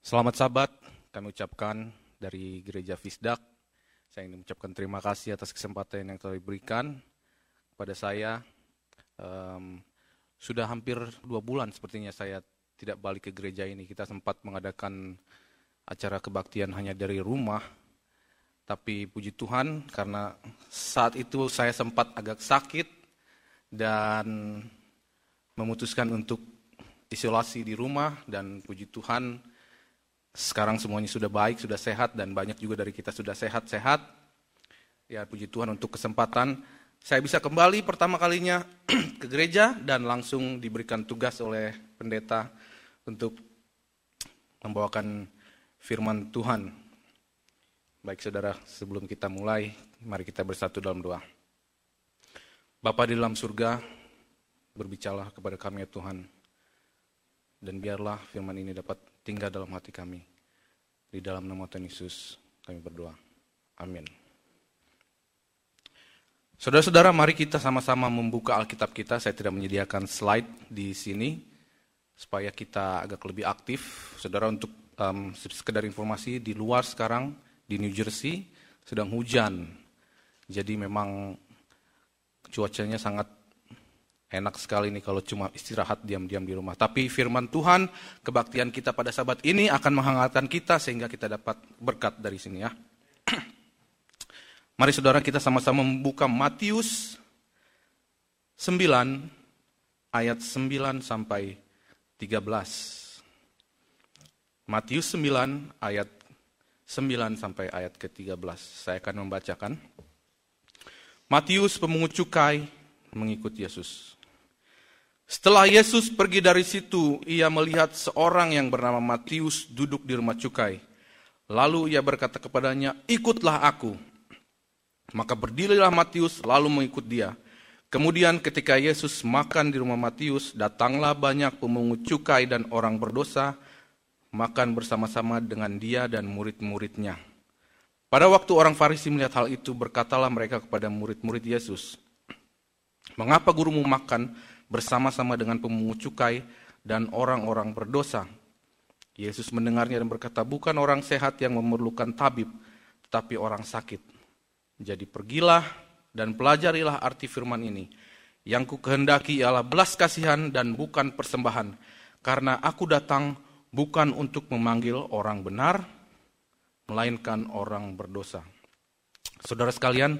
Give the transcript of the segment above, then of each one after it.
Selamat Sabat, kami ucapkan dari Gereja Fisdak. Saya ingin mengucapkan terima kasih atas kesempatan yang telah diberikan kepada saya. Sudah hampir 2 bulan sepertinya saya tidak balik ke gereja ini. Kita sempat mengadakan acara kebaktian hanya dari rumah. Tapi puji Tuhan karena saat itu saya sempat agak sakit dan memutuskan untuk isolasi di rumah, dan puji Tuhan sekarang semuanya sudah baik, sudah sehat, dan banyak juga dari kita sudah sehat-sehat. Ya, puji Tuhan untuk kesempatan saya bisa kembali pertama kalinya ke gereja dan langsung diberikan tugas oleh pendeta untuk membawakan firman Tuhan. Baik saudara, sebelum kita mulai, mari kita bersatu dalam doa. Bapa di dalam surga, berbicaralah kepada kami ya Tuhan, dan biarlah firman ini dapat tinggal dalam hati kami. Di dalam nama Tuhan Yesus kami berdoa. Amin. Saudara-saudara, mari kita sama-sama membuka Alkitab kita. Saya tidak menyediakan slide di sini supaya kita agak lebih aktif. Saudara, untuk sekedar informasi, di luar sekarang di New Jersey sedang hujan. Jadi memang cuacanya sangat enak sekali nih kalau cuma istirahat diam-diam di rumah. Tapi firman Tuhan, kebaktian kita pada Sabat ini akan menghangatkan kita sehingga kita dapat berkat dari sini ya. Mari saudara kita sama-sama membuka Matius 9 ayat 9 sampai 13. Matius 9 ayat 9 sampai ayat ke-13. Saya akan membacakan. Matius pemungut cukai mengikut Yesus. Setelah Yesus pergi dari situ, ia melihat seorang yang bernama Matius duduk di rumah cukai. Lalu ia berkata kepadanya, "Ikutlah aku." Maka berdirilah Matius lalu mengikut dia. Kemudian ketika Yesus makan di rumah Matius, datanglah banyak pemungut cukai dan orang berdosa makan bersama-sama dengan dia dan murid-muridnya. Pada waktu orang Farisi melihat hal itu, berkatalah mereka kepada murid-murid Yesus, "Mengapa gurumu makan bersama-sama dengan pemungut cukai dan orang-orang berdosa?" Yesus mendengarnya dan berkata, "Bukan orang sehat yang memerlukan tabib, tetapi orang sakit. Jadi pergilah dan pelajarilah arti firman ini. Yang kukehendaki ialah belas kasihan dan bukan persembahan, karena aku datang bukan untuk memanggil orang benar, melainkan orang berdosa." Saudara sekalian,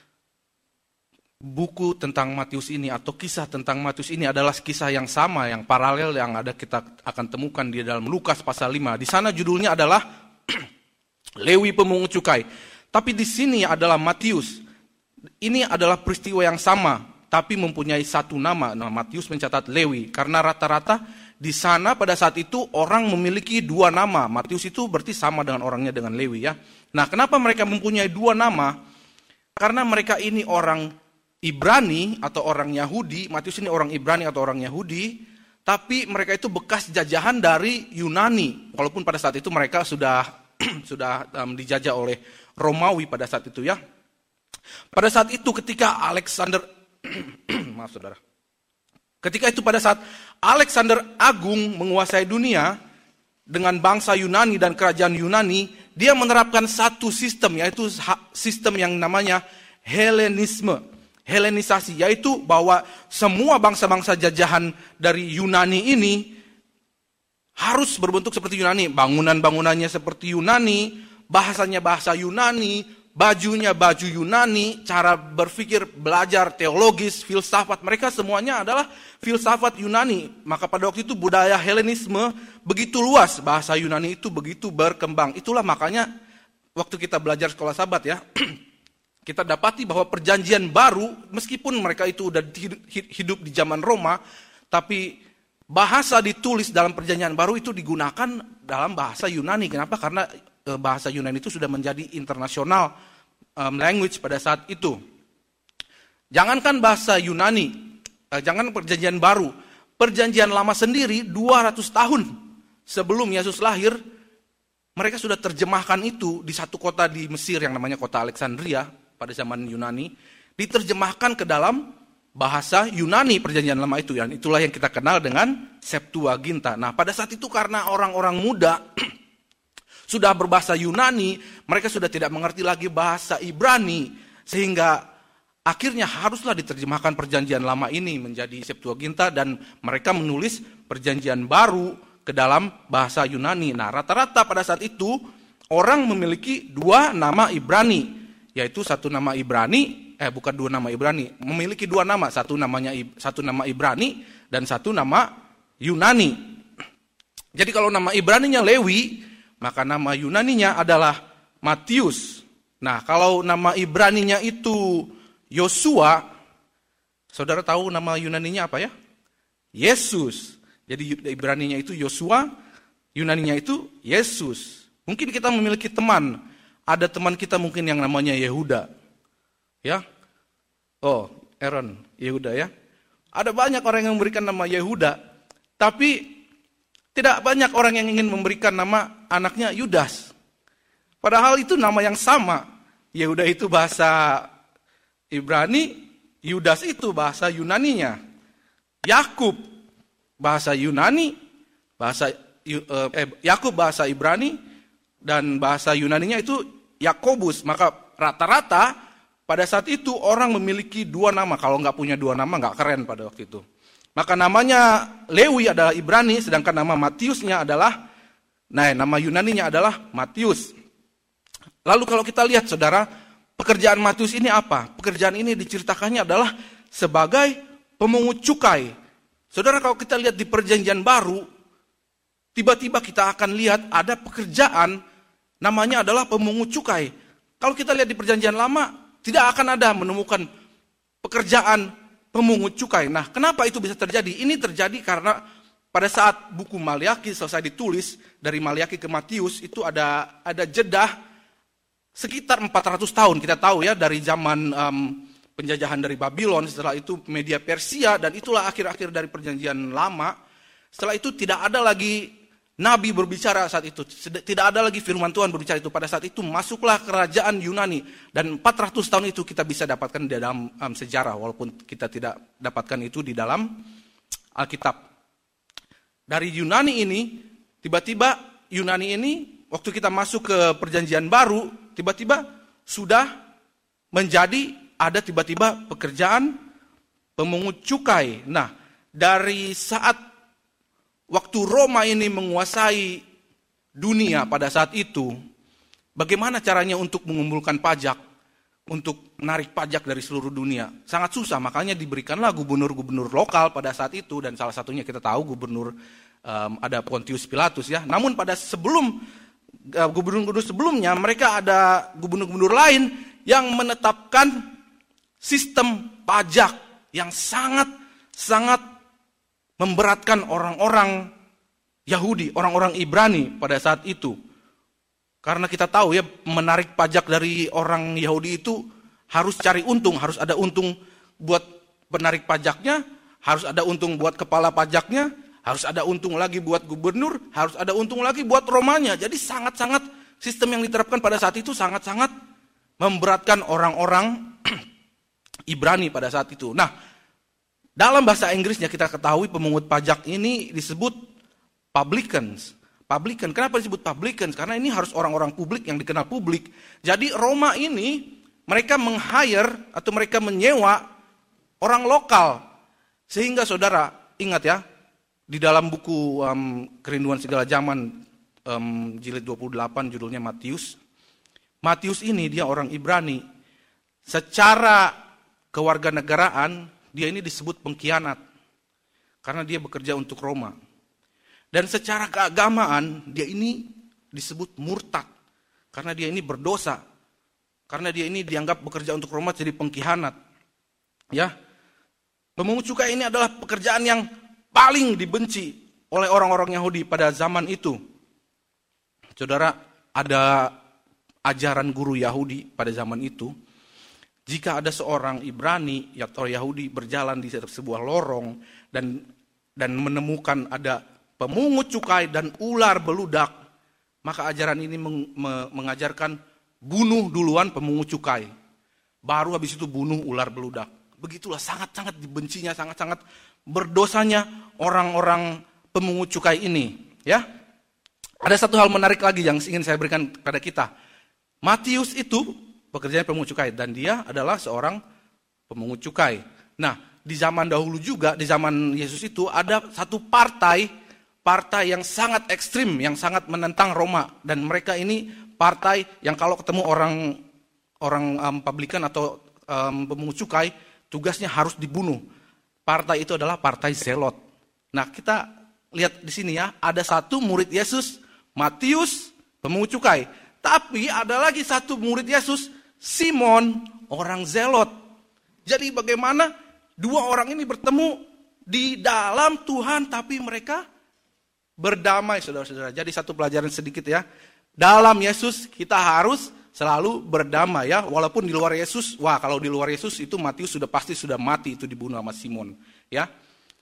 buku tentang Matius ini atau kisah tentang Matius ini adalah kisah yang sama, yang paralel yang ada kita akan temukan di dalam Lukas pasal 5. Di sana judulnya adalah Lewi pemungut cukai. Tapi di sini adalah Matius. Ini adalah peristiwa yang sama, tapi mempunyai satu nama. Nah, Matius mencatat Lewi karena rata-rata di sana pada saat itu orang memiliki 2 nama. Matius itu berarti sama dengan orangnya dengan Lewi ya. Nah, kenapa mereka mempunyai 2 nama? Karena mereka ini orang Ibrani atau orang Yahudi. Matius ini orang Ibrani atau orang Yahudi, tapi mereka itu bekas jajahan dari Yunani. Walaupun pada saat itu mereka sudah dijajah oleh Romawi pada saat itu ya. Pada saat itu ketika pada saat Alexander Agung menguasai dunia dengan bangsa Yunani dan kerajaan Yunani, dia menerapkan satu sistem, yaitu sistem yang namanya Helenisasi, yaitu bahwa semua bangsa-bangsa jajahan dari Yunani ini harus berbentuk seperti Yunani. Bangunan-bangunannya seperti Yunani, bahasanya bahasa Yunani, bajunya baju Yunani, cara berpikir, belajar teologis, filsafat, mereka semuanya adalah filsafat Yunani. Maka pada waktu itu budaya Helenisme begitu luas, bahasa Yunani itu begitu berkembang. Itulah makanya waktu kita belajar sekolah Sabat ya, kita dapati bahwa perjanjian baru, meskipun mereka itu sudah hidup di zaman Roma, tapi bahasa ditulis dalam perjanjian baru itu digunakan dalam bahasa Yunani. Kenapa? Karena bahasa Yunani itu sudah menjadi international language pada saat itu. Jangankan bahasa Yunani, jangan perjanjian baru, perjanjian lama sendiri 200 tahun sebelum Yesus lahir, mereka sudah terjemahkan itu di satu kota di Mesir yang namanya kota Alexandria pada zaman Yunani, diterjemahkan ke dalam bahasa Yunani perjanjian lama itu. Itulah yang kita kenal dengan Septuaginta. Nah, pada saat itu karena orang-orang muda sudah berbahasa Yunani, mereka sudah tidak mengerti lagi bahasa Ibrani, sehingga akhirnya haruslah diterjemahkan perjanjian lama ini menjadi Septuaginta, dan mereka menulis perjanjian baru ke dalam bahasa Yunani. Nah, rata-rata pada saat itu orang memiliki dua nama Ibrani, yaitu satu nama Ibrani, bukan dua nama Ibrani, memiliki dua nama, satu nama Ibrani dan satu nama Yunani. Jadi kalau nama Ibraninya Lewi, maka nama Yunaninya adalah Matius. Nah, kalau nama Ibraninya itu Yosua, saudara tahu nama Yunaninya apa ya? Yesus. Jadi Ibraninya itu Yosua, Yunaninya itu Yesus. Mungkin kita memiliki teman, ada teman kita mungkin yang namanya Yehuda. Ya. Oh, Aaron, Yehuda ya. Ada banyak orang yang memberikan nama Yehuda, tapi tidak banyak orang yang ingin memberikan nama anaknya Yudas. Padahal itu nama yang sama. Yehuda itu bahasa Ibrani, Yudas itu bahasa Yunaninya. Yakub bahasa Yunani, Yakub bahasa Ibrani, dan bahasa Yunaninya itu Yakobus. Maka rata-rata pada saat itu orang memiliki dua nama. Kalau nggak punya dua nama nggak keren pada waktu itu. Maka namanya Lewi adalah Ibrani, sedangkan nama Matiusnya adalah, nama Yunaninya adalah Matius. Lalu kalau kita lihat saudara, pekerjaan Matius ini apa? Pekerjaan ini diceritakannya adalah sebagai pemungut cukai. Saudara, kalau kita lihat di perjanjian baru, tiba-tiba kita akan lihat ada pekerjaan namanya adalah pemungut cukai. Kalau kita lihat di perjanjian lama, tidak akan ada menemukan pekerjaan pemungut cukai. Nah, kenapa itu bisa terjadi? Ini terjadi karena pada saat buku Maliaki selesai ditulis, dari Maliaki ke Matius, itu ada jedah sekitar 400 tahun. Kita tahu ya, dari zaman penjajahan dari Babylon, setelah itu Media Persia, dan itulah akhir-akhir dari perjanjian lama. Setelah itu tidak ada lagi Nabi berbicara saat itu, tidak ada lagi firman Tuhan berbicara itu. Pada saat itu masuklah kerajaan Yunani, dan 400 tahun itu kita bisa dapatkan di dalam sejarah, walaupun kita tidak dapatkan itu di dalam Alkitab. Dari Yunani ini, tiba-tiba Yunani ini, waktu kita masuk ke perjanjian baru, tiba-tiba sudah menjadi, ada tiba-tiba pekerjaan pemungut cukai. Nah, dari saat waktu Roma ini menguasai dunia pada saat itu, bagaimana caranya untuk mengumpulkan pajak, untuk menarik pajak dari seluruh dunia? Sangat susah, makanya diberikanlah gubernur-gubernur lokal pada saat itu, dan salah satunya kita tahu gubernur ada Pontius Pilatus ya. Namun pada sebelum gubernur-gubernur sebelumnya, mereka ada gubernur-gubernur lain yang menetapkan sistem pajak yang sangat memberatkan orang-orang Yahudi, orang-orang Ibrani pada saat itu. Karena kita tahu ya, menarik pajak dari orang Yahudi itu harus cari untung, harus ada untung buat penarik pajaknya, harus ada untung buat kepala pajaknya, harus ada untung lagi buat gubernur, harus ada untung lagi buat Romanya. Jadi sangat-sangat sistem yang diterapkan pada saat itu sangat-sangat memberatkan orang-orang Ibrani pada saat itu. Nah, dalam bahasa Inggrisnya kita ketahui pemungut pajak ini disebut publicans. Publican, kenapa disebut publicans? Karena ini harus orang-orang publik yang dikenal publik. Jadi Roma ini mereka meng-hire atau mereka menyewa orang lokal. Sehingga saudara ingat ya, di dalam buku Kerinduan Segala Zaman jilid 28 judulnya Matius. Matius ini dia orang Ibrani. Secara kewarganegaraan dia ini disebut pengkhianat karena dia bekerja untuk Roma. Dan secara keagamaan dia ini disebut murtad karena dia ini berdosa. Karena dia ini dianggap bekerja untuk Roma jadi pengkhianat. Ya. Pemungut cukai ini adalah pekerjaan yang paling dibenci oleh orang-orang Yahudi pada zaman itu. Saudara, ada ajaran guru Yahudi pada zaman itu. Jika ada seorang Ibrani atau Yahudi berjalan di sebuah lorong dan menemukan ada pemungut cukai dan ular beludak, maka ajaran ini mengajarkan bunuh duluan pemungut cukai, baru habis itu bunuh ular beludak. Begitulah sangat-sangat dibencinya, sangat-sangat berdosanya orang-orang pemungut cukai ini. Ya, Ada satu hal menarik lagi yang ingin saya berikan kepada kita. Matius itu pekerjaan pemungut cukai dan dia adalah seorang pemungut cukai. Nah, di zaman dahulu juga, di zaman Yesus itu ada satu partai yang sangat ekstrim, yang sangat menentang Roma, dan mereka ini partai yang kalau ketemu orang publikan atau pemungut cukai, tugasnya harus dibunuh. Partai itu adalah partai Zelot. Nah, kita lihat di sini ya, ada satu murid Yesus, Matius, pemungut cukai. Tapi ada lagi satu murid Yesus, Simon, orang Zelot. Jadi bagaimana dua orang ini bertemu di dalam Tuhan, tapi mereka berdamai, saudara-saudara. Jadi satu pelajaran sedikit ya. Dalam Yesus kita harus selalu berdamai ya. Walaupun di luar Yesus, kalau di luar Yesus itu Matius pasti sudah mati, itu dibunuh sama Simon. Ya.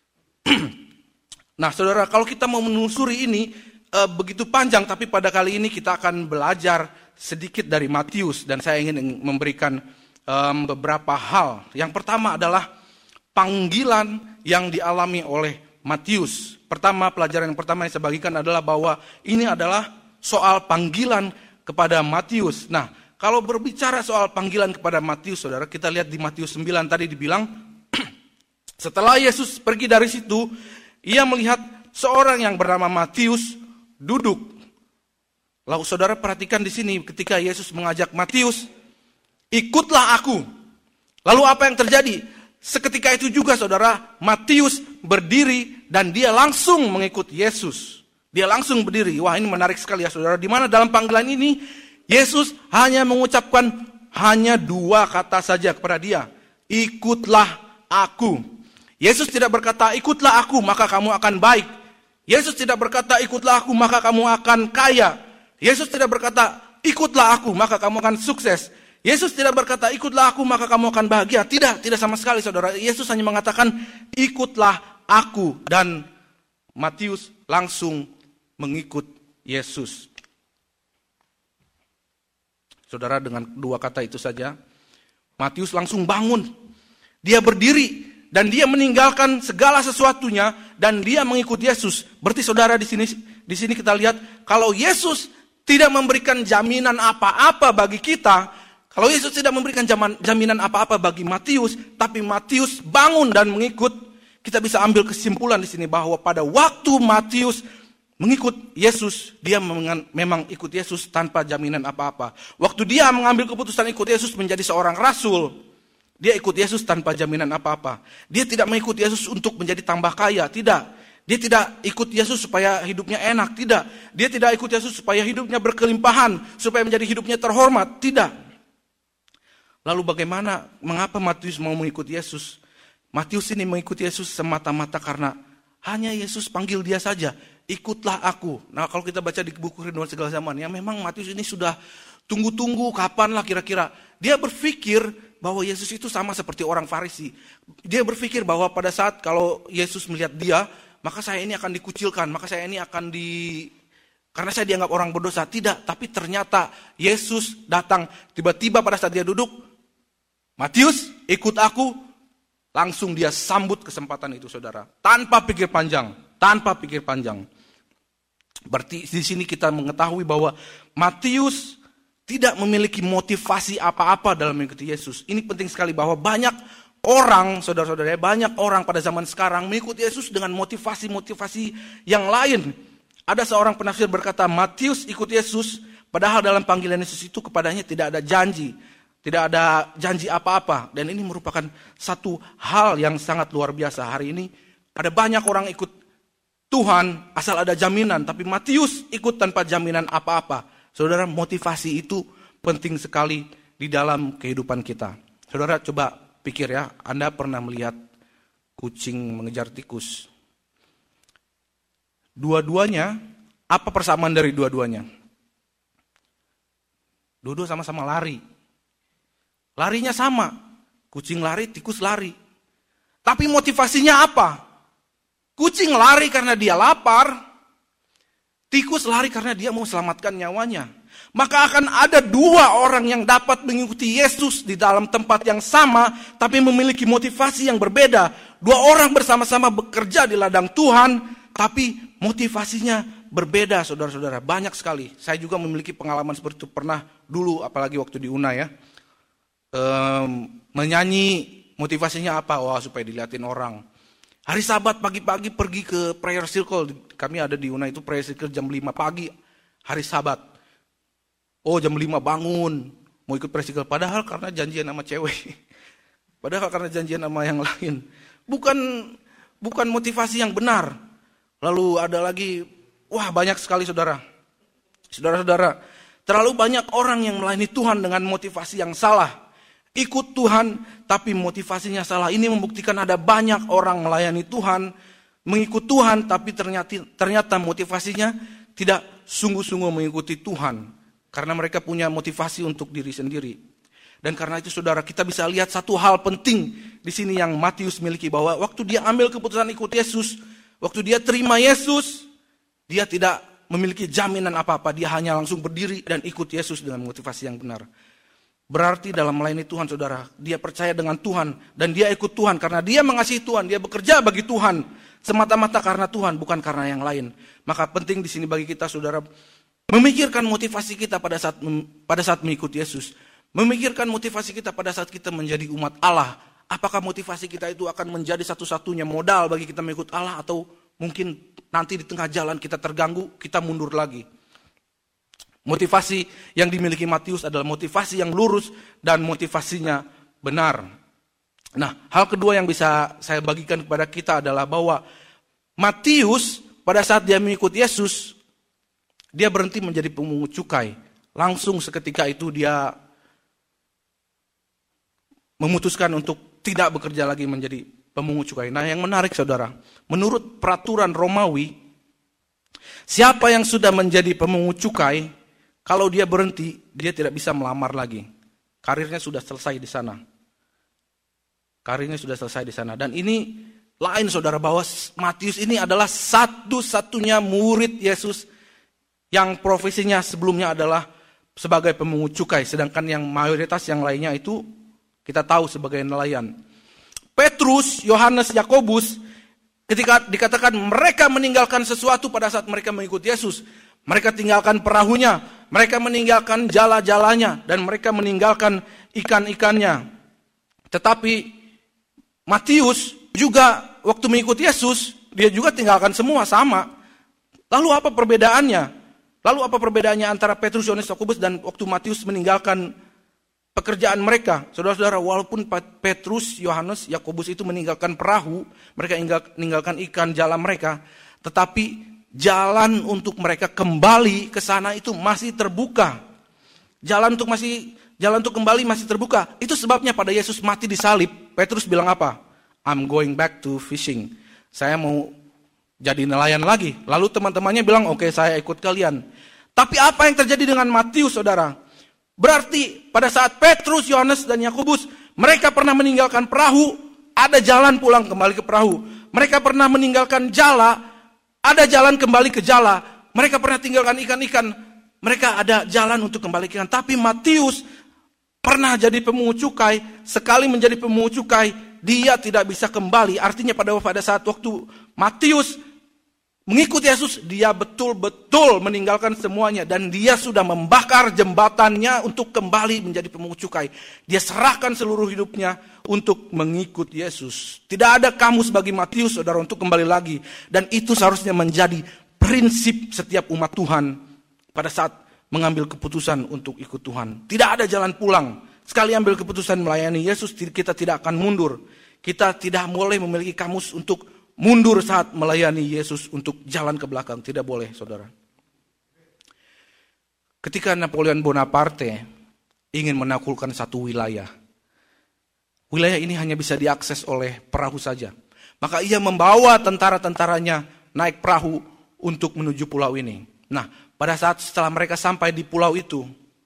Nah, saudara, kalau kita mau menelusuri ini begitu panjang, tapi pada kali ini kita akan belajar sedikit dari Matius, dan saya ingin memberikan beberapa hal. Yang pertama adalah panggilan yang dialami oleh Matius. Pelajaran yang pertama yang saya bagikan adalah bahwa ini adalah soal panggilan kepada Matius. Nah, kalau berbicara soal panggilan kepada Matius, saudara, kita lihat di Matius 9 tadi dibilang, setelah Yesus pergi dari situ, ia melihat seorang yang bernama Matius duduk. Lalu saudara perhatikan di sini ketika Yesus mengajak Matius, ikutlah aku. Lalu apa yang terjadi? Seketika itu juga saudara, Matius berdiri dan dia langsung mengikut Yesus. Dia langsung berdiri. Wah, ini menarik sekali ya saudara. Di mana dalam panggilan ini Yesus hanya mengucapkan hanya dua kata saja kepada dia. Ikutlah aku. Yesus tidak berkata, ikutlah aku maka kamu akan baik. Yesus tidak berkata, ikutlah aku maka kamu akan kaya. Yesus tidak berkata, ikutlah aku maka kamu akan sukses. Yesus tidak berkata, ikutlah aku maka kamu akan bahagia. Tidak sama sekali saudara. Yesus hanya mengatakan, ikutlah aku. Dan Matius langsung mengikut Yesus. Saudara, dengan dua kata itu saja, Matius langsung bangun. Dia berdiri. Dan dia meninggalkan segala sesuatunya dan dia mengikut Yesus. Berarti saudara di sini kita lihat kalau Yesus tidak memberikan jaminan apa-apa bagi kita, kalau Yesus tidak memberikan jaminan apa-apa bagi Matius, tapi Matius bangun dan mengikut, kita bisa ambil kesimpulan di sini bahwa pada waktu Matius mengikut Yesus, dia memang ikut Yesus tanpa jaminan apa-apa. Waktu dia mengambil keputusan ikut Yesus menjadi seorang rasul, dia ikut Yesus tanpa jaminan apa-apa. Dia tidak mengikut Yesus untuk menjadi tambah kaya, tidak. Dia tidak ikut Yesus supaya hidupnya enak, tidak. Dia tidak ikut Yesus supaya hidupnya berkelimpahan, supaya menjadi hidupnya terhormat, tidak. Lalu bagaimana, mengapa Matius mau mengikuti Yesus? Matius ini mengikuti Yesus semata-mata karena hanya Yesus panggil dia saja, ikutlah aku. Nah, kalau kita baca di buku Renungan Segala Zaman, ya memang Matius ini sudah tunggu-tunggu kapan lah kira-kira. Dia berpikir bahwa Yesus itu sama seperti orang Farisi. Dia berpikir bahwa pada saat kalau Yesus melihat dia, maka saya ini akan dikucilkan, maka saya ini akan karena saya dianggap orang berdosa. Tidak, tapi ternyata Yesus datang tiba-tiba pada saat dia duduk, Matius, ikut aku, langsung dia sambut kesempatan itu saudara. Tanpa pikir panjang. Berarti di sini kita mengetahui bahwa Matius tidak memiliki motivasi apa-apa dalam mengikuti Yesus. Ini penting sekali bahwa banyak orang, saudara-saudara, banyak orang pada zaman sekarang mengikuti Yesus dengan motivasi-motivasi yang lain. Ada seorang penafsir berkata, Matius ikut Yesus, padahal dalam panggilan Yesus itu kepadanya tidak ada janji. Tidak ada janji apa-apa. Dan ini merupakan satu hal yang sangat luar biasa. Hari ini ada banyak orang ikut Tuhan asal ada jaminan. Tapi Matius ikut tanpa jaminan apa-apa. Saudara, motivasi itu penting sekali di dalam kehidupan kita. Saudara, coba pikir ya, Anda pernah melihat kucing mengejar tikus? Dua-duanya, apa persamaan dari dua-duanya? Dua-dua sama-sama lari. Larinya sama. Kucing lari, tikus lari. Tapi motivasinya apa? Kucing lari karena dia lapar. Tikus lari karena dia mau selamatkan nyawanya. Maka akan ada dua orang yang dapat mengikuti Yesus di dalam tempat yang sama, tapi memiliki motivasi yang berbeda. Dua orang bersama-sama bekerja di ladang Tuhan, tapi motivasinya berbeda saudara-saudara, banyak sekali. Saya juga memiliki pengalaman seperti itu, pernah dulu apalagi waktu di UNA ya. Menyanyi motivasinya apa? Wah, supaya dilihatin orang. Hari Sabat pagi-pagi pergi ke prayer circle. Kami ada di UNA itu prayer circle jam 5 pagi hari Sabat. Oh, jam 5 bangun mau ikut prayer circle, padahal karena janjian sama cewek. Padahal karena janjian sama yang lain. Bukan motivasi yang benar. Lalu ada lagi, wah banyak sekali saudara-saudara, terlalu banyak orang yang melayani Tuhan dengan motivasi yang salah. Ikut Tuhan tapi motivasinya salah. Ini membuktikan ada banyak orang melayani Tuhan, mengikut Tuhan tapi ternyata motivasinya tidak sungguh-sungguh mengikuti Tuhan. Karena mereka punya motivasi untuk diri sendiri. Dan karena itu saudara, kita bisa lihat satu hal penting di sini yang Matius miliki, bahwa waktu dia ambil keputusan ikut Yesus, waktu dia terima Yesus, dia tidak memiliki jaminan apa-apa, dia hanya langsung berdiri dan ikut Yesus dengan motivasi yang benar. Berarti dalam melayani Tuhan saudara, dia percaya dengan Tuhan dan dia ikut Tuhan karena dia mengasihi Tuhan, dia bekerja bagi Tuhan semata-mata karena Tuhan, bukan karena yang lain. Maka penting di sini bagi kita saudara, memikirkan motivasi kita pada saat mengikut Yesus. Memikirkan motivasi kita pada saat kita menjadi umat Allah. Apakah motivasi kita itu akan menjadi satu-satunya modal bagi kita mengikut Allah, atau mungkin nanti di tengah jalan kita terganggu, kita mundur lagi. Motivasi yang dimiliki Matius adalah motivasi yang lurus dan motivasinya benar. Nah, hal kedua yang bisa saya bagikan kepada kita adalah bahwa Matius pada saat dia mengikut Yesus, dia berhenti menjadi pemungut cukai. Langsung seketika itu dia memutuskan untuk tidak bekerja lagi menjadi pemungut cukai. Nah, yang menarik saudara, menurut peraturan Romawi, siapa yang sudah menjadi pemungut cukai, kalau dia berhenti, dia tidak bisa melamar lagi. Karirnya sudah selesai di sana. Dan ini lain saudara, bahwa Matius ini adalah satu-satunya murid Yesus yang profesinya sebelumnya adalah sebagai pemungut cukai. Sedangkan yang mayoritas yang lainnya itu kita tahu sebagai nelayan. Petrus, Yohanes, Yakobus, ketika dikatakan mereka meninggalkan sesuatu pada saat mereka mengikuti Yesus. Mereka tinggalkan perahunya, mereka meninggalkan jala-jalanya, dan mereka meninggalkan ikan-ikannya. Tetapi Matius juga waktu mengikuti Yesus, dia juga tinggalkan semua sama. Lalu apa perbedaannya antara Petrus, Yohanes, Yakobus dan waktu Matius meninggalkan pekerjaan mereka? Saudara-saudara, walaupun Petrus, Yohanes, Yakobus itu meninggalkan perahu, mereka meninggalkan ikan jala mereka, tetapi jalan untuk mereka kembali ke sana itu masih terbuka. Jalan untuk kembali masih terbuka. Itu sebabnya pada Yesus mati di salib, Petrus bilang apa? I'm going back to fishing. Saya mau jadi nelayan lagi. Lalu teman-temannya bilang, oke, saya ikut kalian. Tapi apa yang terjadi dengan Matius, saudara? Berarti pada saat Petrus, Yohanes, dan Yakobus, mereka pernah meninggalkan perahu, ada jalan pulang kembali ke perahu. Mereka pernah meninggalkan jala, ada jalan kembali ke jala. Mereka pernah tinggalkan ikan-ikan, mereka ada jalan untuk kembali ke ikan. Tapi Matius pernah jadi pemungut cukai, sekali menjadi pemungut cukai, dia tidak bisa kembali. Artinya pada saat waktu Matius mengikuti Yesus, dia betul-betul meninggalkan semuanya. Dan dia sudah membakar jembatannya untuk kembali menjadi pemungut cukai. Dia serahkan seluruh hidupnya untuk mengikut Yesus. Tidak ada kamus bagi Matius, saudara, untuk kembali lagi. Dan itu seharusnya menjadi prinsip setiap umat Tuhan pada saat mengambil keputusan untuk ikut Tuhan. Tidak ada jalan pulang. Sekali ambil keputusan melayani Yesus, kita tidak akan mundur. Kita tidak boleh memiliki kamus untuk mundur saat melayani Yesus untuk jalan ke belakang. Tidak boleh, saudara. Ketika Napoleon Bonaparte ingin menaklukkan satu wilayah, wilayah ini hanya bisa diakses oleh perahu saja. Maka ia membawa tentara-tentaranya naik perahu untuk menuju pulau ini. Nah, pada saat setelah mereka sampai di pulau itu,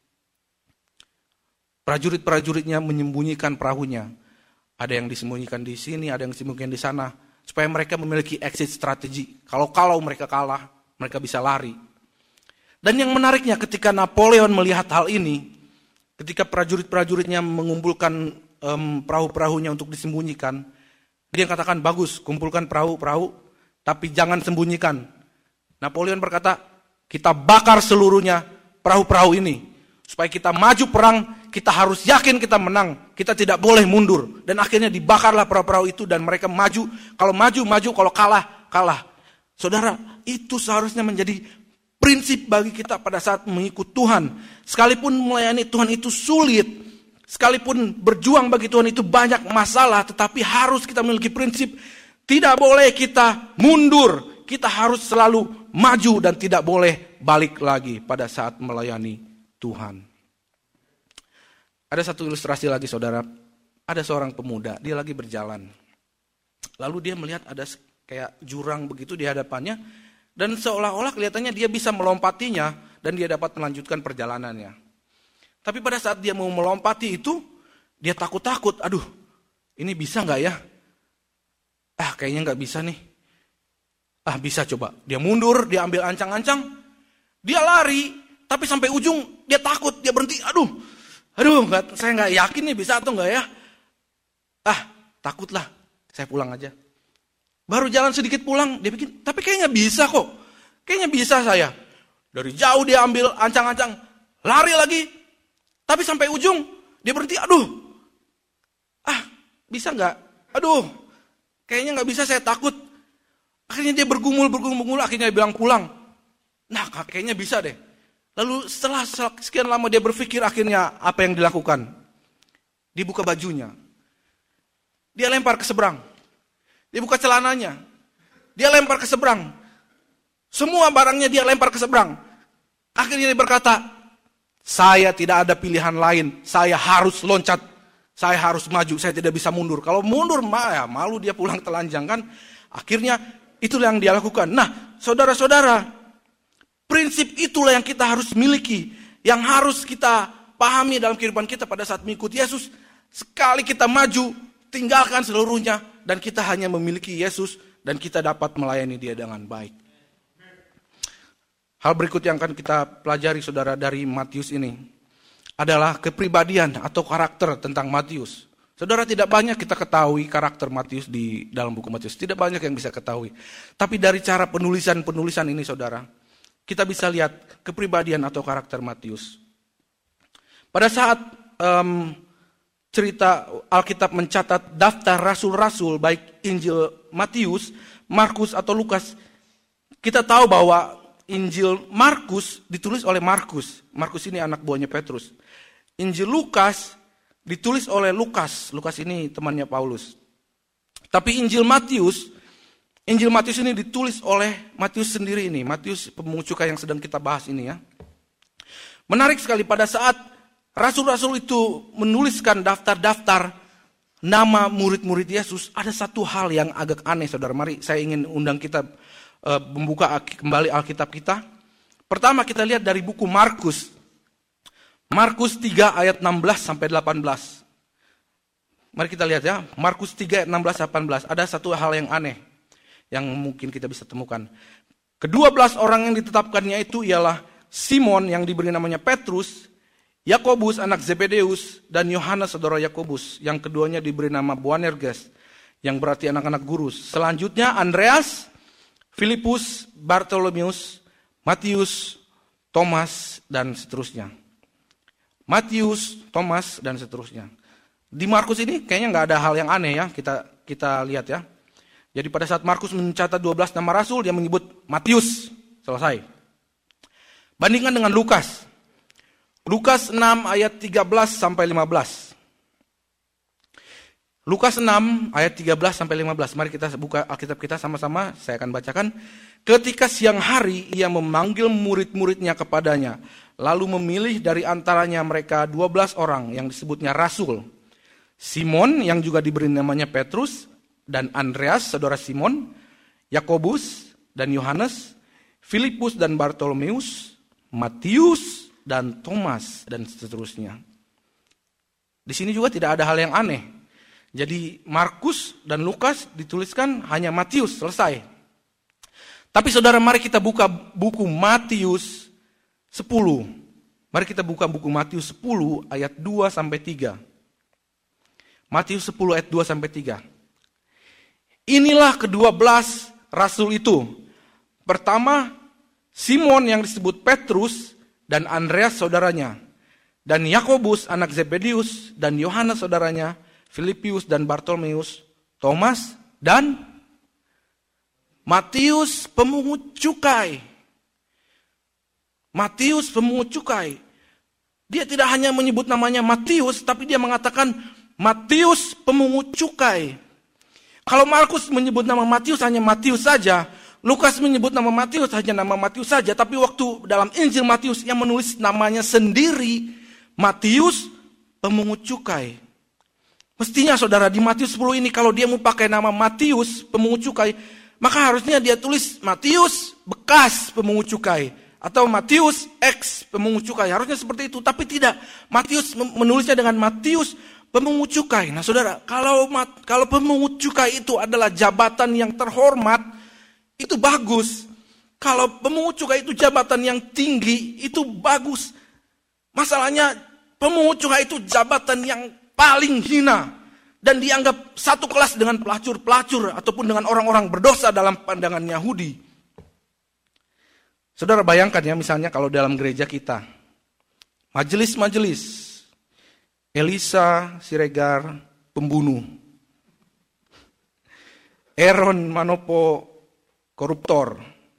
prajurit-prajuritnya menyembunyikan perahunya. Ada yang disembunyikan di sini, ada yang disembunyikan di sana. Supaya mereka memiliki exit strategi. Kalau mereka kalah, mereka bisa lari. Dan yang menariknya ketika Napoleon melihat hal ini, ketika prajurit-prajuritnya mengumpulkan perahu-perahunya untuk disembunyikan, dia katakan, bagus, kumpulkan perahu-perahu, tapi jangan sembunyikan. Napoleon berkata, kita bakar seluruhnya perahu-perahu ini. Supaya kita maju perang, kita harus yakin kita menang. Kita tidak boleh mundur. Dan akhirnya dibakarlah perahu-perahu itu dan mereka maju. Kalau maju, kalau kalah. Saudara, itu seharusnya menjadi prinsip bagi kita pada saat mengikut Tuhan. Sekalipun melayani Tuhan itu sulit, sekalipun berjuang bagi Tuhan itu banyak masalah, tetapi harus kita memiliki prinsip, tidak boleh kita mundur, kita harus selalu maju dan tidak boleh balik lagi pada saat melayani Tuhan. Ada satu ilustrasi lagi saudara, ada seorang pemuda, dia lagi berjalan. Lalu dia melihat ada kayak jurang begitu di hadapannya, dan seolah-olah kelihatannya dia bisa melompatinya dan dia dapat melanjutkan perjalanannya. Tapi pada saat dia mau melompati itu, dia takut-takut. Aduh, ini bisa gak ya? Kayaknya gak bisa nih. Bisa coba. Dia mundur, dia ambil ancang-ancang. Dia lari, tapi sampai ujung dia takut, dia berhenti. Saya gak yakin nih bisa atau gak ya. Takutlah, saya pulang aja. Baru jalan sedikit pulang, dia pikir, tapi kayaknya bisa kok. Kayaknya bisa saya. Dari jauh dia ambil ancang-ancang, lari lagi. Tapi sampai ujung, dia berhenti, bisa gak? Kayaknya gak bisa, saya takut. Akhirnya dia bergumul, akhirnya dia bilang pulang. Nah, kayaknya bisa deh. Lalu setelah sekian lama dia berpikir, akhirnya apa yang dilakukan? Dibuka bajunya. Dia lempar ke seberang. Dia buka celananya. Dia lempar ke seberang. Semua barangnya dia lempar ke seberang. Akhirnya dia berkata, saya tidak ada pilihan lain. Saya harus loncat. Saya harus maju. Saya tidak bisa mundur. Kalau mundur, malu dia pulang telanjang kan. Akhirnya itulah yang dia lakukan. Nah, saudara-saudara, prinsip itulah yang kita harus miliki. Yang harus kita pahami dalam kehidupan kita pada saat mengikuti Yesus. Sekali kita maju, tinggalkan seluruhnya. Dan kita hanya memiliki Yesus dan kita dapat melayani dia dengan baik. Hal berikut yang akan kita pelajari saudara dari Matius ini adalah kepribadian atau karakter tentang Matius. Saudara, tidak banyak kita ketahui karakter Matius di dalam buku Matius. Tidak banyak yang bisa ketahui. Tapi dari cara penulisan ini saudara, kita bisa lihat kepribadian atau karakter Matius. Pada saat cerita Alkitab mencatat daftar rasul-rasul baik Injil Matius, Markus atau Lukas, kita tahu bahwa Injil Markus ditulis oleh Markus. Markus ini anak buahnya Petrus. Injil Lukas ditulis oleh Lukas. Lukas ini temannya Paulus. Tapi Injil Matius ini ditulis oleh Matius sendiri ini. Matius pemungut cukai yang sedang kita bahas ini ya. Menarik sekali pada saat rasul-rasul itu menuliskan daftar-daftar nama murid-murid Yesus, ada satu hal yang agak aneh saudara. Mari saya ingin undang kita membuka kembali Alkitab kita. Pertama kita lihat dari buku Markus. Markus 3 ayat 16 sampai 18. Mari kita lihat ya, Markus 3 ayat 16 18. Ada satu hal yang aneh yang mungkin kita bisa temukan. Ke-12 orang yang ditetapkannya itu ialah Simon yang diberi namanya Petrus, Yakobus anak Zebedeus, dan Yohanes saudara Yakobus, yang keduanya diberi nama Boanerges, yang berarti anak-anak guru. Selanjutnya Andreas, Filipus, Bartolomeus, Matius, Thomas, dan seterusnya. Matius, Thomas, dan seterusnya. Di Markus ini kayaknya nggak ada hal yang aneh ya, kita lihat ya. Jadi pada saat Markus mencatat 12 nama rasul, dia menyebut Matius, selesai. Bandingkan dengan Lukas. Lukas 6 ayat 13 sampai 15. Lukas 6 ayat 13 sampai 15. Mari kita buka Alkitab kita sama-sama, saya akan bacakan. Ketika siang hari ia memanggil murid-muridnya kepadanya, lalu memilih dari antaranya mereka 12 orang yang disebutnya rasul. Simon yang juga diberi namanya Petrus, dan Andreas saudara Simon, Yakobus dan Yohanes, Filipus dan Bartolomeus, Matius dan Thomas, dan seterusnya. Di sini juga tidak ada hal yang aneh. Jadi Markus dan Lukas dituliskan hanya Matius, selesai. Tapi saudara, mari kita buka buku Matius 10. Mari kita buka buku Matius 10 ayat 2 sampai 3. Matius 10 ayat 2 sampai 3. Inilah ke-12 rasul itu. Pertama, Simon yang disebut Petrus dan Andreas saudaranya, dan Yakobus anak Zebedius dan Yohanes saudaranya, Filipius dan Bartolomeus, Thomas dan Matius pemungut cukai. Matius pemungut cukai. Dia tidak hanya menyebut namanya Matius, tapi dia mengatakan Matius pemungut cukai. Kalau Markus menyebut nama Matius hanya Matius saja, Lukas menyebut nama Matius hanya nama Matius saja, tapi waktu dalam Injil Matius yang menulis namanya sendiri, Matius pemungut cukai. Mestinya saudara di Matius 10 ini kalau dia mau pakai nama Matius pemungut cukai, maka harusnya dia tulis Matius bekas pemungut cukai atau Matius X pemungut cukai. Harusnya seperti itu, tapi tidak. Matius menulisnya dengan Matius pemungut cukai. Nah saudara, kalau pemungut cukai itu adalah jabatan yang terhormat, itu bagus. Kalau pemungut cukai itu jabatan yang tinggi, itu bagus. Masalahnya pemungut cukai itu jabatan yang paling hina dan dianggap satu kelas dengan pelacur-pelacur ataupun dengan orang-orang berdosa dalam pandangan Yahudi. Saudara bayangkan ya, misalnya kalau dalam gereja kita, majelis-majelis, Elisa Siregar pembunuh, Aaron Manopo koruptor,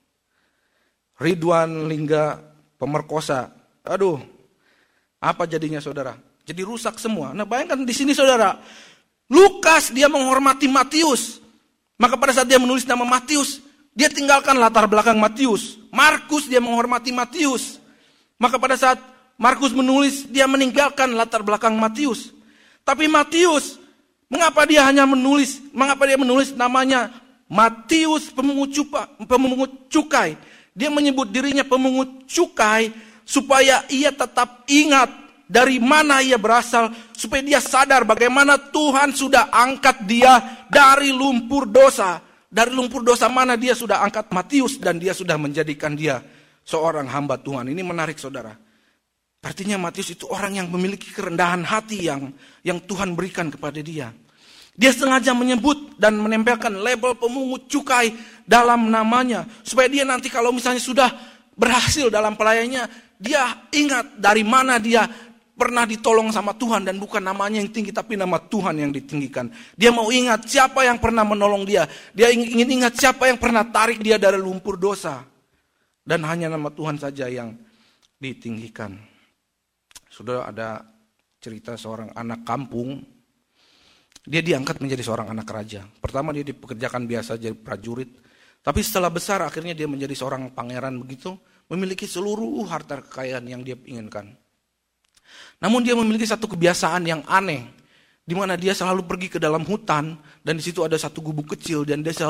Ridwan Lingga pemerkosa. Aduh, apa jadinya saudara? Jadi rusak semua. Nah bayangkan di sini saudara, Lukas dia menghormati Matius. Maka pada saat dia menulis nama Matius, dia tinggalkan latar belakang Matius. Markus dia menghormati Matius. Maka pada saat Markus menulis, dia meninggalkan latar belakang Matius. Tapi Matius, mengapa dia menulis namanya Matius pemungut cukai? Dia menyebut dirinya pemungut cukai supaya ia tetap ingat dari mana ia berasal, supaya dia sadar bagaimana Tuhan sudah angkat dia dari lumpur dosa. Dari lumpur dosa mana dia sudah angkat Matius dan dia sudah menjadikan dia seorang hamba Tuhan. Ini menarik saudara. Artinya Matius itu orang yang memiliki kerendahan hati yang Tuhan berikan kepada dia. Dia sengaja menyebut dan menempelkan label pemungut cukai dalam namanya. Supaya dia nanti kalau misalnya sudah berhasil dalam pelayannya, dia ingat dari mana dia pernah ditolong sama Tuhan. Dan bukan namanya yang tinggi, tapi nama Tuhan yang ditinggikan. Dia mau ingat siapa yang pernah menolong dia. Dia ingin ingat siapa yang pernah tarik dia dari lumpur dosa. Dan hanya nama Tuhan saja yang ditinggikan. Sudah ada cerita seorang anak kampung. Dia diangkat menjadi seorang anak raja. Pertama dia dipekerjakan biasa jadi prajurit. Tapi setelah besar akhirnya dia menjadi seorang pangeran begitu. Memiliki seluruh harta kekayaan yang dia inginkan. Namun dia memiliki satu kebiasaan yang aneh. Di mana dia selalu pergi ke dalam hutan. Dan di situ ada satu gubuk kecil. Dan dia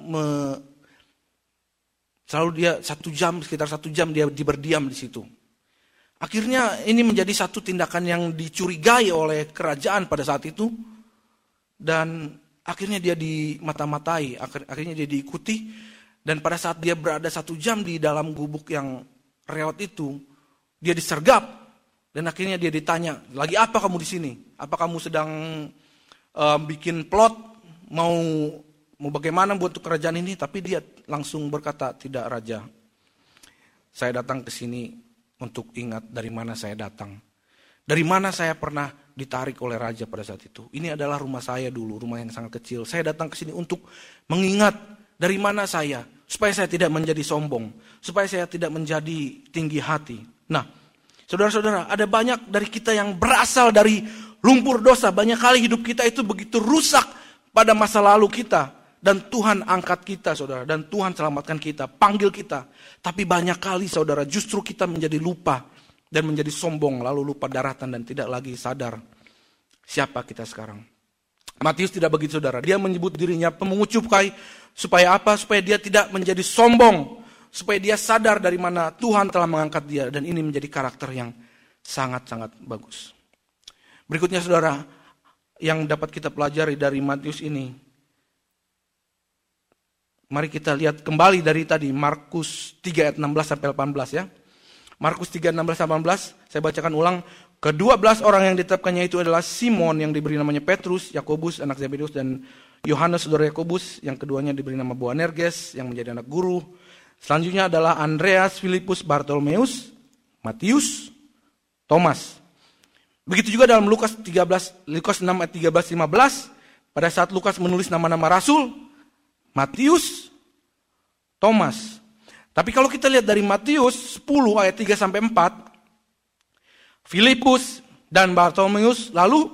sekitar 1 jam dia berdiam di situ. Akhirnya ini menjadi satu tindakan yang dicurigai oleh kerajaan pada saat itu. Dan akhirnya dia dimata-matai, akhirnya dia diikuti. Dan pada saat dia berada 1 jam di dalam gubuk yang reot itu, dia disergap. Dan akhirnya dia ditanya, lagi apa kamu di sini? Apa kamu sedang bikin plot, mau bagaimana buat kerajaan ini? Tapi dia langsung berkata, tidak raja. Saya datang ke sini untuk ingat dari mana saya datang. Dari mana saya pernah ditarik oleh raja pada saat itu. Ini adalah rumah saya dulu, rumah yang sangat kecil. Saya datang ke sini untuk mengingat dari mana saya, supaya saya tidak menjadi sombong, supaya saya tidak menjadi tinggi hati. Nah, saudara-saudara, ada banyak dari kita yang berasal dari lumpur dosa. Banyak kali hidup kita itu begitu rusak pada masa lalu kita. Dan Tuhan angkat kita, saudara. Dan Tuhan selamatkan kita, panggil kita. Tapi banyak kali, saudara, justru kita menjadi lupa. Dan menjadi sombong, lalu lupa daratan dan tidak lagi sadar siapa kita sekarang. Matius tidak begitu saudara. Dia menyebut dirinya pemungut cukai. Supaya apa? Supaya dia tidak menjadi sombong. Supaya dia sadar dari mana Tuhan telah mengangkat dia. Dan ini menjadi karakter yang sangat-sangat bagus. Berikutnya saudara, yang dapat kita pelajari dari Matius ini. Mari kita lihat kembali dari tadi Markus 3 ayat 16 sampai 18 ya. Markus 3, 16-18, saya bacakan ulang. Ke-12 orang yang ditetapkannya itu adalah Simon yang diberi namanya Petrus, Yakobus anak Zebedius dan Yohanes saudara Yakobus, yang keduanya diberi nama Boanerges yang menjadi anak guru, Selanjutnya adalah Andreas, Filipus, Bartolomeus, Matius, Thomas. Begitu juga dalam Lukas 6 ayat 13-15, pada saat Lukas menulis nama-nama rasul, Matius, Thomas. Tapi kalau kita lihat dari Matius 10 ayat 3-4, Filipus dan Bartolomeus, lalu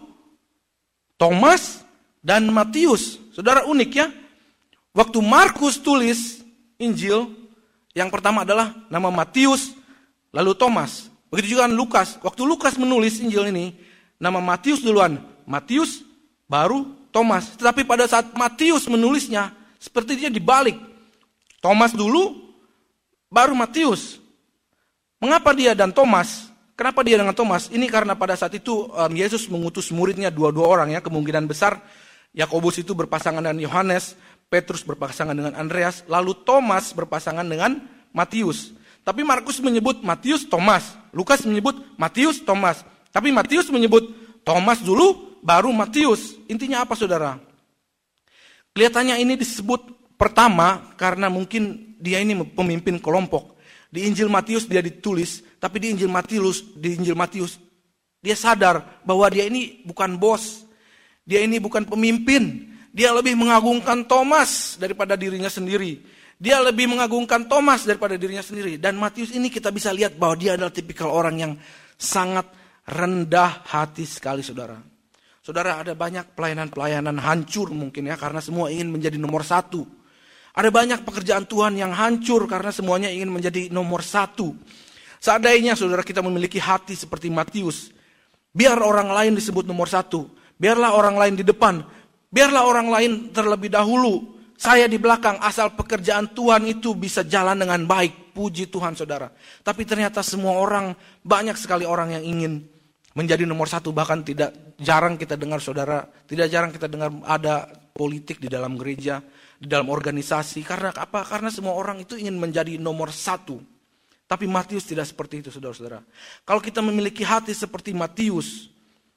Thomas dan Matius. Saudara, unik ya. Waktu Markus tulis Injil, yang pertama adalah nama Matius, lalu Thomas. Begitu juga Lukas. Waktu Lukas menulis Injil ini, nama Matius duluan. Matius, baru Thomas. Tetapi pada saat Matius menulisnya, sepertinya dibalik. Thomas dulu, baru Matius. Mengapa dia dan Thomas? Kenapa dia dengan Thomas? Ini karena pada saat itu Yesus mengutus muridnya dua-dua orang ya. Kemungkinan besar Yakobus itu berpasangan dengan Yohanes, Petrus berpasangan dengan Andreas, lalu Thomas berpasangan dengan Matius. Tapi Markus menyebut Matius Thomas, Lukas menyebut Matius Thomas. Tapi Matius menyebut Thomas dulu, baru Matius. Intinya apa saudara? Kelihatannya ini disebut pertama karena mungkin dia ini pemimpin kelompok. Di Injil Matius dia ditulis, tapi di Injil Matius dia sadar bahwa dia ini bukan bos. Dia ini bukan pemimpin. Dia lebih mengagungkan Thomas daripada dirinya sendiri. Dia lebih mengagungkan Thomas daripada dirinya sendiri. Dan Matius ini kita bisa lihat bahwa dia adalah tipikal orang yang sangat rendah hati sekali saudara. Saudara, ada banyak pelayanan-pelayanan hancur mungkin ya, karena semua ingin menjadi nomor satu. Ada banyak pekerjaan Tuhan yang hancur karena semuanya ingin menjadi nomor satu. Seandainya saudara kita memiliki hati seperti Matius, biar orang lain disebut nomor satu. Biarlah orang lain di depan. Biarlah orang lain terlebih dahulu. Saya di belakang, asal pekerjaan Tuhan itu bisa jalan dengan baik. Puji Tuhan saudara. Tapi ternyata semua orang, banyak sekali orang yang ingin menjadi nomor satu. Bahkan jarang kita dengar saudara, tidak jarang kita dengar ada politik di dalam gereja, di dalam organisasi. Karena apa? Karena semua orang itu ingin menjadi nomor satu. Tapi Matius tidak seperti itu saudara-saudara. Kalau kita memiliki hati seperti Matius,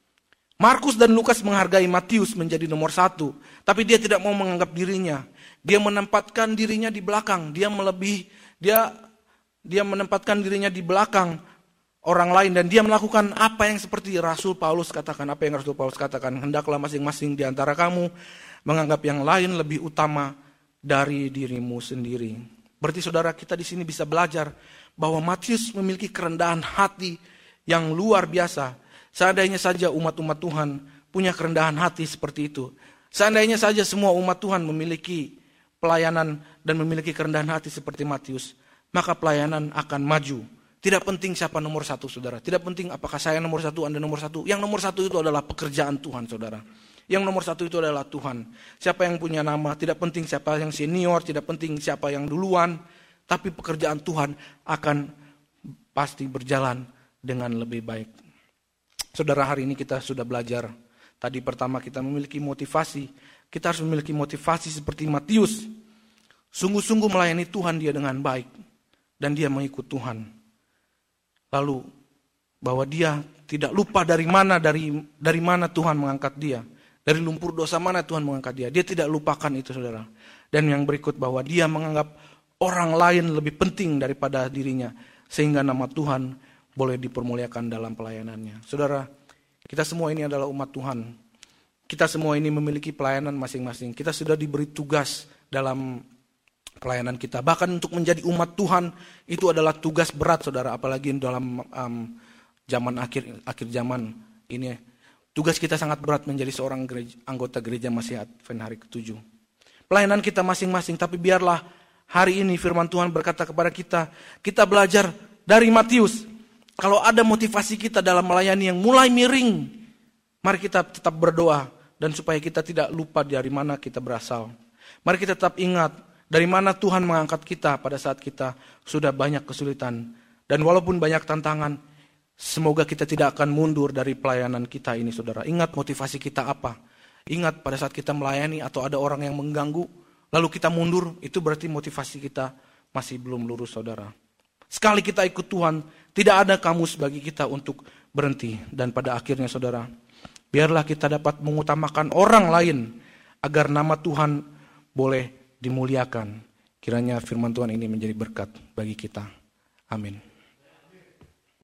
Markus dan Lukas menghargai Matius menjadi nomor satu. Tapi dia tidak mau menganggap dirinya. Dia menempatkan dirinya di belakang. Dia menempatkan dirinya di belakang orang lain. Dan dia melakukan apa yang seperti Rasul Paulus katakan. Apa yang Rasul Paulus katakan? Hendaklah masing-masing di antara kamu menganggap yang lain lebih utama dari dirimu sendiri. Berarti saudara, kita di sini bisa belajar bahwa Matius memiliki kerendahan hati yang luar biasa. Seandainya saja umat-umat Tuhan punya kerendahan hati seperti itu. Seandainya saja semua umat Tuhan memiliki pelayanan dan memiliki kerendahan hati seperti Matius, maka pelayanan akan maju. Tidak penting siapa nomor satu saudara. Tidak penting apakah saya nomor satu, Anda nomor satu. Yang nomor satu itu adalah pekerjaan Tuhan saudara. Yang nomor satu itu adalah Tuhan. Siapa yang punya nama, tidak penting siapa yang senior, tidak penting siapa yang duluan. Tapi pekerjaan Tuhan akan pasti berjalan dengan lebih baik. Saudara, hari ini kita sudah belajar. Tadi pertama kita memiliki motivasi. Kita harus memiliki motivasi seperti Matius. Sungguh-sungguh melayani Tuhan dia dengan baik. Dan dia mengikut Tuhan. Lalu bahwa dia tidak lupa dari mana Tuhan mengangkat dia. Dari lumpur dosa mana Tuhan mengangkat dia. Dia tidak lupakan itu saudara. Dan yang berikut bahwa dia menganggap orang lain lebih penting daripada dirinya. Sehingga nama Tuhan boleh dipermuliakan dalam pelayanannya. Saudara, kita semua ini adalah umat Tuhan. Kita semua ini memiliki pelayanan masing-masing. Kita sudah diberi tugas dalam pelayanan kita. Bahkan untuk menjadi umat Tuhan, itu adalah tugas berat saudara. Apalagi dalam zaman akhir zaman ini. Tugas kita sangat berat menjadi seorang anggota gereja Masih Advent hari ke-7. Pelayanan kita masing-masing, tapi biarlah hari ini firman Tuhan berkata kepada kita, kita belajar dari Matius. Kalau ada motivasi kita dalam melayani yang mulai miring, mari kita tetap berdoa dan supaya kita tidak lupa dari mana kita berasal. Mari kita tetap ingat dari mana Tuhan mengangkat kita pada saat kita sudah banyak kesulitan. Dan walaupun banyak tantangan, semoga kita tidak akan mundur dari pelayanan kita ini saudara. Ingat motivasi kita apa. Ingat pada saat kita melayani atau ada orang yang mengganggu, lalu kita mundur, itu berarti motivasi kita masih belum lurus saudara. Sekali kita ikut Tuhan, tidak ada kamus bagi kita untuk berhenti. Dan pada akhirnya saudara, biarlah kita dapat mengutamakan orang lain agar nama Tuhan boleh dimuliakan. Kiranya firman Tuhan ini menjadi berkat bagi kita. Amin.